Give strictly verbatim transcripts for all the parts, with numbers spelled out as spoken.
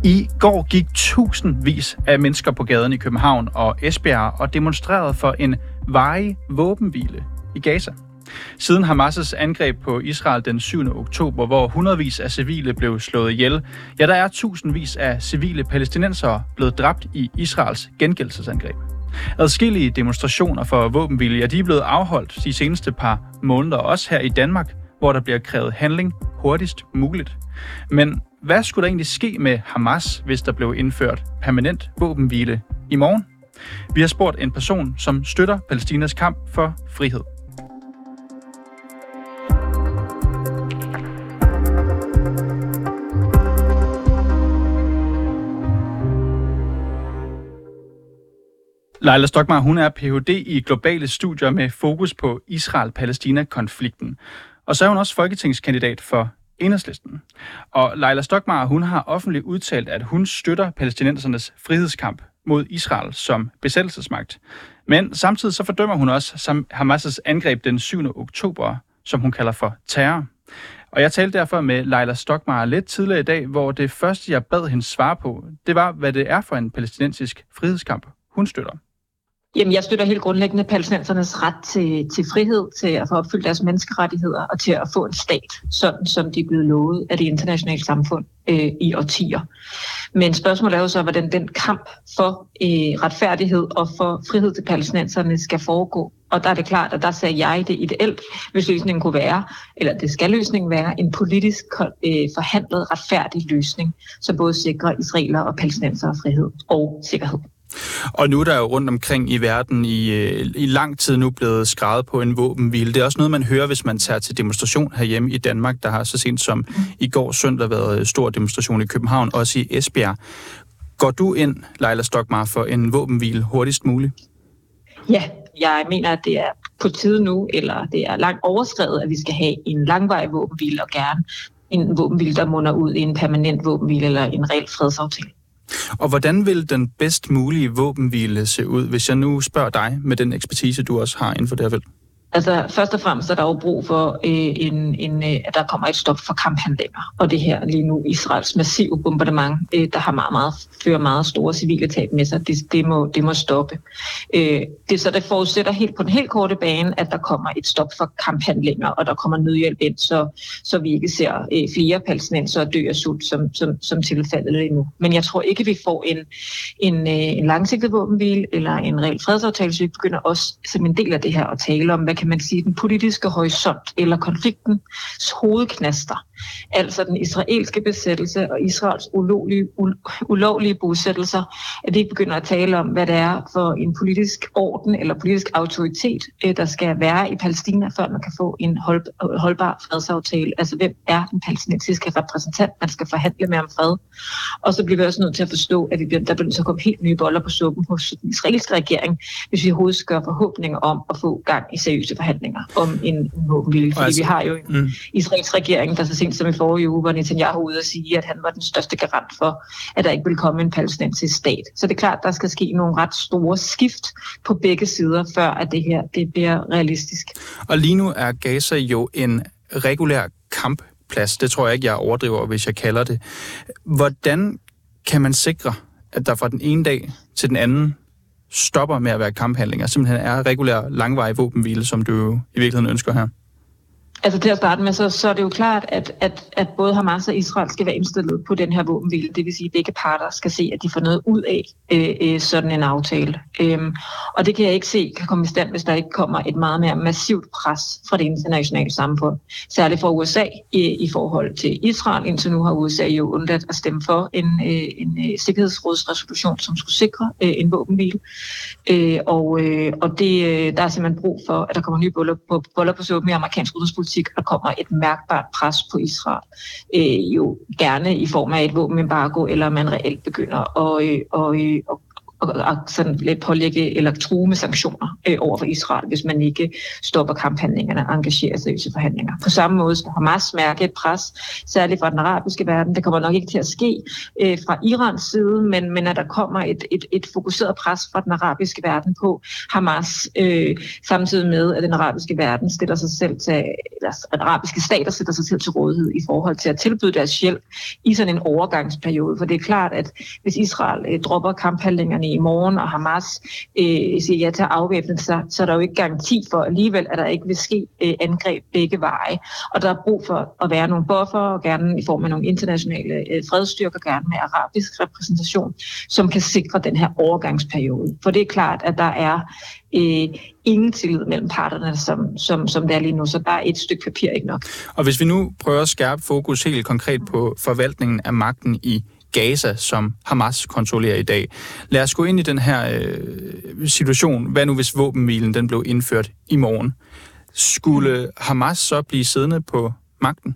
I går gik tusindvis af mennesker på gaden i København og Esbjerg og demonstrerede for en varig våbenhvile i Gaza. Siden Hamas' angreb på Israel den syvende oktober, hvor hundredvis af civile blev slået ihjel, ja, der er tusindvis af civile palæstinensere blevet dræbt i Israels gengældelsesangreb. Adskillige demonstrationer for våbenhvile, ja, de er blevet afholdt de seneste par måneder, også her i Danmark, hvor der bliver krævet handling hurtigst muligt. Men hvad skulle der egentlig ske med Hamas, hvis der blev indført permanent våbenhvile i morgen? Vi har spurgt en person, som støtter Palæstinas kamp for frihed. Laila Stokmar, hun er P H D i globale studier med fokus på Israel-Palæstina-konflikten. Og så er hun også folketingskandidat for Enhedslisten. Og Laila Stokmar, hun har offentligt udtalt, at hun støtter palæstinensernes frihedskamp mod Israel som besættelsesmagt. Men samtidig så fordømmer hun også Hamas' angreb den syvende oktober, som hun kalder for terror. Og jeg talte derfor med Laila Stokmar lidt tidligere i dag, hvor det første, jeg bad hende svare på, det var, hvad det er for en palæstinensisk frihedskamp, hun støtter. Jamen, jeg støtter helt grundlæggende palæstinensernes ret til, til frihed, til at få opfyldt deres menneskerettigheder og til at få en stat, sådan som de er blevet lovet af det internationale samfund øh, i årtier. Men spørgsmålet er jo så, hvordan den kamp for øh, retfærdighed og for frihed til palæstinenserne skal foregå. Og der er det klart, at der sagde jeg det ideelt, hvis løsningen kunne være, eller det skal løsningen være, en politisk øh, forhandlet retfærdig løsning, som både sikrer israeler og palæstinensere frihed og sikkerhed. Og nu er der jo rundt omkring i verden i, i lang tid nu blevet skrevet på en våbenhvile. Det er også noget, man hører, hvis man tager til demonstration herhjemme i Danmark. Der har så sent som i går søndag været stor demonstration i København, også i Esbjerg. Går du ind, Laila Stokmar, for en våbenhvile hurtigst muligt? Ja, jeg mener, at det er på tide nu, eller det er langt overskrevet, at vi skal have en langvarig våbenhvile, og gerne en våbenhvile, der munder ud i en permanent våbenhvile eller en reel fredsaftale. Og hvordan vil den bedst mulige våbenhvile se ud, hvis jeg nu spørger dig med den ekspertise, du også har inden for det her felt? Altså, først og fremmest er der jo brug for, øh, en, en, øh, at der kommer et stop for kamphandlinger. Og det her lige nu, Israels massive bombardement, øh, der har meget, meget, fører meget store civile tab med sig, det, det, må, det må stoppe. Øh, det, så det forudsætter helt på den helt korte bane, at der kommer et stop for kamphandlinger, og der kommer nødhjælp ind, så, så vi ikke ser øh, flere palæstinensere dø af sult, som, som, som tilfældet lige nu. Men jeg tror ikke, vi får en, en, øh, en langsigtet våbenhvile eller en reel fredsaftale, så vi begynder også som en del af det her at tale om, hvad kan man sige, den politiske horisont eller konfliktens hovedknaster. Altså den israelske besættelse og Israels ulovlige, ulovlige bosættelser, at vi ikke begynder at tale om, hvad det er for en politisk orden eller politisk autoritet, der skal være i Palæstina, før man kan få en hold, holdbar fredsaftale. Altså hvem er den palæstinensiske repræsentant, man skal forhandle med om fred. Og så bliver vi også nødt til at forstå, at vi bliver, der bliver så komme helt nye boller på suppen hos den israelske regering, hvis vi overhovedet skal forhåbninger om at få gang i seriøse forhandlinger om en, en våbenhvile. Fordi altså, vi har jo en mm. israelsk regering, der så sent som i forrige uge var Netanyahu ude at sige, at han var den største garant for, at der ikke vil komme en palæstinensisk stat. Så det er klart, at der skal ske nogle ret store skift på begge sider, før at det her det bliver realistisk. Og lige nu er Gaza jo en regulær kampplads. Det tror jeg ikke, jeg overdriver, hvis jeg kalder det. Hvordan kan man sikre, at der fra den ene dag til den anden stopper med at være kamphandlinger, simpelthen er regulær langvarig våbenhvile, som du jo i virkeligheden ønsker her? Altså til at starte med, så, så er det jo klart, at, at, at både Hamas og Israel skal være indstillet på den her våbenhvile. Det vil sige, at begge parter skal se, at de får noget ud af øh, sådan en aftale. Øhm, og det kan jeg ikke se kan komme i stand, hvis der ikke kommer et meget mere massivt pres fra det internationale samfund. Særligt fra U S A i, i forhold til Israel. Indtil nu har U S A jo undladt at stemme for en, øh, en øh, sikkerhedsrådsresolution, som skulle sikre øh, en våbenhvile. Øh, og øh, og det, øh, der er simpelthen brug for, at der kommer nye boller på, boller på suppen i amerikansk udenrigspolitik. Der kommer et mærkbart pres på Israel, øh, jo gerne i form af et våbenembargo, eller man reelt begynder at, øh, og, øh, og, og sådan lidt pålægge eller true med sanktioner øh, over for Israel, hvis man ikke stopper kamphandlingerne og engagerer sig i forhandlinger. På samme måde skal Hamas mærke et pres, særligt fra den arabiske verden. Det kommer nok ikke til at ske øh, fra Irans side, men, men at der kommer et, et, et fokuseret pres fra den arabiske verden på Hamas, øh, samtidig med, at den arabiske verden stiller sig selv til, eller at arabiske stater sætter sig selv til rådighed i forhold til at tilbyde deres hjælp i sådan en overgangsperiode. For det er klart, at hvis Israel øh, dropper kamphandlingerne i morgen, og Hamas øh, siger ja til at afvæbne sig, så er der jo ikke garanti for alligevel, at der ikke vil ske øh, angreb begge veje. Og der er brug for at være nogle buffer, og gerne i form af nogle internationale øh, fredsstyrker, gerne med arabisk repræsentation, som kan sikre den her overgangsperiode. For det er klart, at der er øh, ingen tillid mellem parterne, som, som, som det er lige nu, så der er et stykke papir ikke nok. Og hvis vi nu prøver at skærpe fokus helt konkret på forvaltningen af magten i Gaza, som Hamas kontrollerer i dag. Lad os gå ind i den her øh, situation. Hvad nu, hvis våbenhvilen den blev indført i morgen? Skulle Hamas så blive siddende på magten?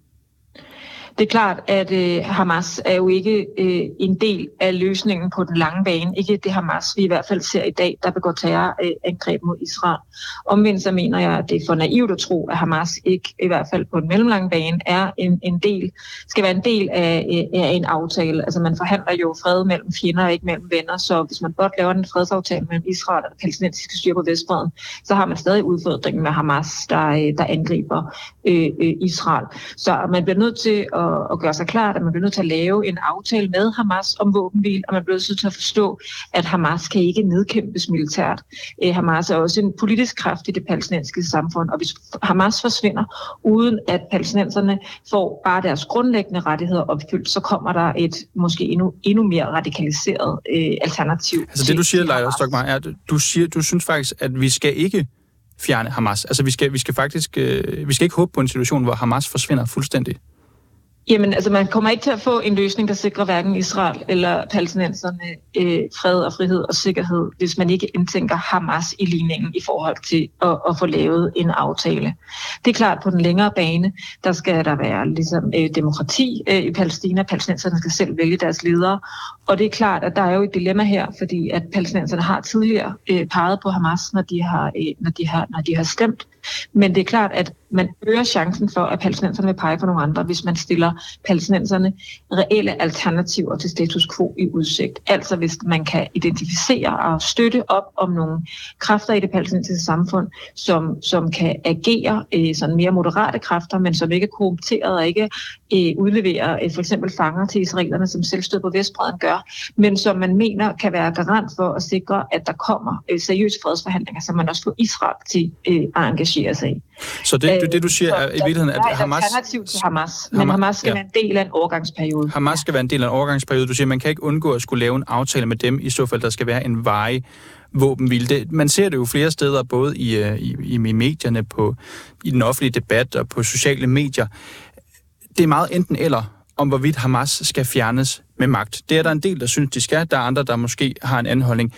Det er klart, at øh, Hamas er jo ikke øh, en del af løsningen på den lange bane. Ikke det Hamas, vi i hvert fald ser i dag, der begår terrorangreb mod Israel. Omvendt så mener jeg, at det er for naivt at tro, at Hamas ikke, i hvert fald på den mellemlange bane, er en, en del, skal være en del af, af en aftale. Altså man forhandler jo fred mellem fjender og ikke mellem venner, så hvis man godt laver en fredsaftale mellem Israel og palæstinensiske styre på Vestbredden, så har man stadig udfordringen med Hamas, der, der angriber øh, øh, Israel. Så man bliver nødt til at og gøre sig klart, at man bliver nødt til at lave en aftale med Hamas om våbenhvile, og man bliver nødt til at forstå, at Hamas kan ikke nedkæmpes militært. Eh, Hamas er også en politisk kraft i det palæstinensiske samfund, og hvis Hamas forsvinder, uden at palæstinenserne får bare deres grundlæggende rettigheder opfyldt, så kommer der et måske endnu, endnu mere radikaliseret eh, alternativ. Altså det du siger, Leila Stokmark, er, at du, siger, du synes faktisk, at vi skal ikke fjerne Hamas. Altså vi skal, vi skal faktisk øh, vi skal ikke håbe på en situation, hvor Hamas forsvinder fuldstændig. Jamen, altså man kommer ikke til at få en løsning, der sikrer hverken Israel eller palæstinenserne øh, fred og frihed og sikkerhed, hvis man ikke indtænker Hamas i ligningen i forhold til at, at få lavet en aftale. Det er klart, på den længere bane, der skal der være ligesom øh, demokrati øh, i Palæstina. Palæstinenserne skal selv vælge deres ledere, og det er klart, at der er jo et dilemma her, fordi at palæstinenserne har tidligere øh, peget på Hamas, når de har, øh, når de har, når de har stemt. Men det er klart, at man øger chancen for, at palæstinenserne vil pege på nogle andre, hvis man stiller palæstinenserne reelle alternativer til status quo i udsigt. Altså hvis man kan identificere og støtte op om nogle kræfter i det palæstinensiske samfund, som, som kan agere øh, sådan mere moderate kræfter, men som ikke er korrupteret og ikke øh, udleverer øh, for eksempel fanger til israelerne, som selvstyret på Vestbredden gør, men som man mener kan være garant for at sikre, at der kommer øh, seriøse fredsforhandlinger, som man også får Israel til øh, at engagere sig i. Så det, det, det du siger er i virkeligheden, at Hamas... alternativ til Hamas, men Hamas, Hamas skal ja. være en del af en overgangsperiode. Hamas skal være en del af en overgangsperiode. Du siger, man kan ikke undgå at skulle lave en aftale med dem, i så fald der skal være en varig våbenhvile. Det, man ser det jo flere steder, både i, i, i medierne, på, i den offentlige debat og på sociale medier. Det er meget enten eller, om hvorvidt Hamas skal fjernes med magt. Det er der en del, der synes, de skal. Der er andre, der måske har en anden holdning.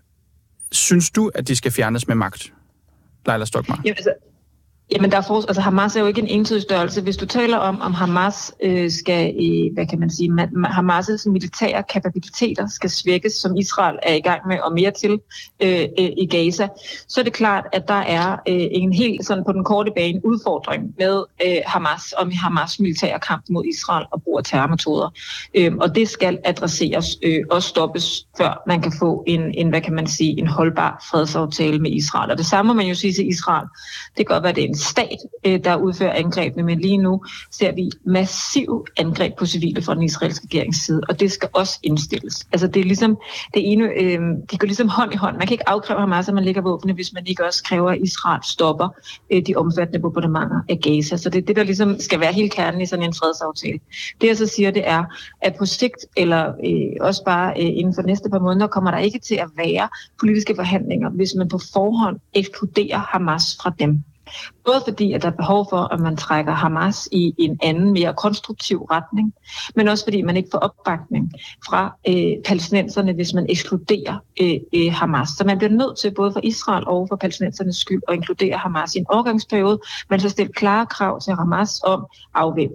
Synes du, at de skal fjernes med magt? Leila Stokmark. Jamen, altså, jamen der er for, altså Hamas er jo ikke en entydig størrelse. Hvis du taler om, om Hamas øh, skal, øh, hvad kan man sige, Hamas' militære kapabiliteter skal svækkes, som Israel er i gang med og mere til øh, øh, i Gaza, så er det klart, at der er øh, en helt sådan på den korte bane udfordring med øh, Hamas og med Hamas' militære kamp mod Israel og brug af terrormetoder. Øh, og det skal adresseres øh, og stoppes, før man kan få en, en, hvad kan man sige, en holdbar fredsaftale med Israel. Og det samme må man jo sige til Israel. Det kan godt være, det er en stat, der udfører angrebene, men lige nu ser vi massiv angreb på civile fra den israelske regerings side, og det skal også indstilles. Altså det er ligesom, det ene, øh, de går ligesom hånd i hånd. Man kan ikke afkræve Hamas, at man lægger våbne, hvis man ikke også kræver, at Israel stopper øh, de omfattende bombardementer af Gaza. Så det er det, der ligesom skal være helt kernen i sådan en fredsaftale. Det jeg så siger, det er, at på sigt, eller øh, også bare øh, inden for næste par måneder, kommer der ikke til at være politiske forhandlinger, hvis man på forhånd ekskluderer Hamas fra dem. Både fordi, at der er behov for, at man trækker Hamas i en anden, mere konstruktiv retning, men også fordi man ikke får opbakning fra øh, palæstinenserne, hvis man ekskluderer øh, øh, Hamas. Så man bliver nødt til, både for Israel og for palæstinensernes skyld, at inkludere Hamas i en overgangsperiode, men så stille klare krav til Hamas om afvæbning.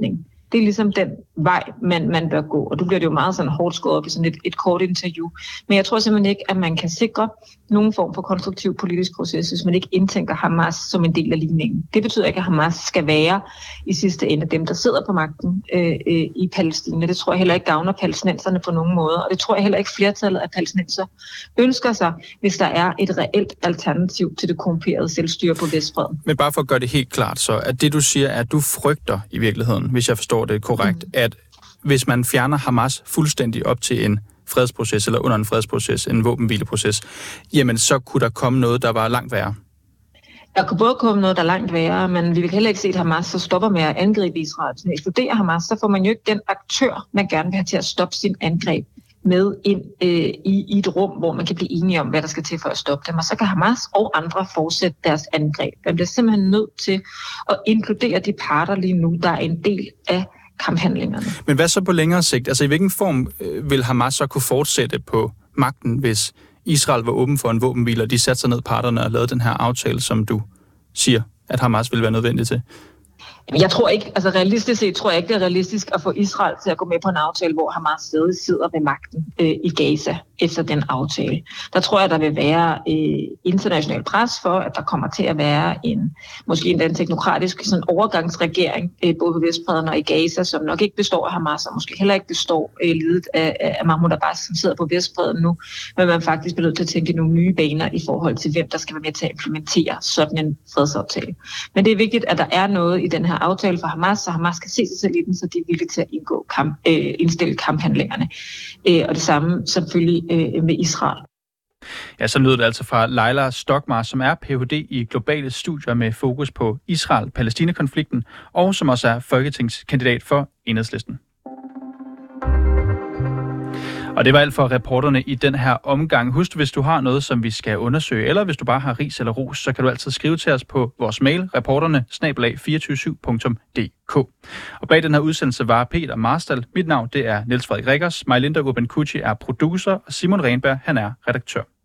Det er ligesom den vej, man, man bør gå. Og du bliver det jo meget sådan hårdt skåret op i sådan et, et kort interview. Men jeg tror simpelthen ikke, at man kan sikre nogen form for konstruktiv politisk proces, hvis man ikke indtænker Hamas som en del af ligningen. Det betyder ikke, at Hamas skal være i sidste ende dem, der sidder på magten øh, øh, i Palæstina. Det tror jeg heller ikke gavner palæstinenserne på nogen måde. Og det tror jeg heller ikke flertallet af palæstinenser ønsker sig, hvis der er et reelt alternativ til det korrumperede selvstyre på Vestbredden. Men bare for at gøre det helt klart, så at det du siger, er, at du frygter i virkeligheden, hvis jeg forstår det korrekt, mm. at hvis man fjerner Hamas fuldstændig op til en fredsproces, eller under en fredsproces, en våbenhvileproces, jamen så kunne der komme noget, der var langt værre. Der kunne både komme noget, der er langt værre, men vi vil heller ikke se, at Hamas så stopper med at angribe Israel. Hvis man eksploderer Hamas, så får man jo ikke den aktør, man gerne vil have til at stoppe sin angreb med ind øh, i, i et rum, hvor man kan blive enige om, hvad der skal til for at stoppe dem. Og så kan Hamas og andre fortsætte deres angreb. Man bliver simpelthen nødt til at inkludere de parter lige nu, der er en del af kamphandlingerne. Men hvad så på længere sigt? Altså i hvilken form øh, vil Hamas så kunne fortsætte på magten, hvis Israel var åben for en våbenhvile, og de satte sig ned parterne og lavede den her aftale, som du siger, at Hamas vil være nødvendig til? Jeg tror ikke, altså realistisk set tror jeg ikke, det er realistisk at få Israel til at gå med på en aftale, hvor Hamas stadig sidder ved magten øh, i Gaza efter den aftale. Der tror jeg, der vil være øh, international pres for, at der kommer til at være en, måske en teknokratisk sådan overgangsregering, øh, både på Vestbredden og i Gaza, som nok ikke består af Hamas, og måske heller ikke består øh, ledet af, af Mahmoud Abbas, som sidder på Vestbredden nu, men man faktisk bliver nødt til at tænke nogle nye baner i forhold til, hvem der skal være med til at implementere sådan en fredsaftale. Men det er vigtigt, at der er noget i den her aftale for Hamas, så Hamas kan se sig selv i den, så de er villige til at indgå kamp, øh, indstille kamphandlingerne. Øh, og det samme selvfølgelig øh, med Israel. Ja, så lyder det altså fra Leila Stockmar, som er P H D i globale studier med fokus på Israel-Palæstina-konflikten, og som også er folketingskandidat for Enhedslisten. Og det var alt for reporterne i den her omgang. Husk, hvis du har noget, som vi skal undersøge, eller hvis du bare har ris eller ros, så kan du altid skrive til os på vores mail, reporterne snabel-a to fire syv punktum d k. Og bag den her udsendelse var Peter Marstal. Mit navn det er Niels Frederik Rikkers. Majlinda Ruben Kucci er producer, og Simon Renberg han er redaktør.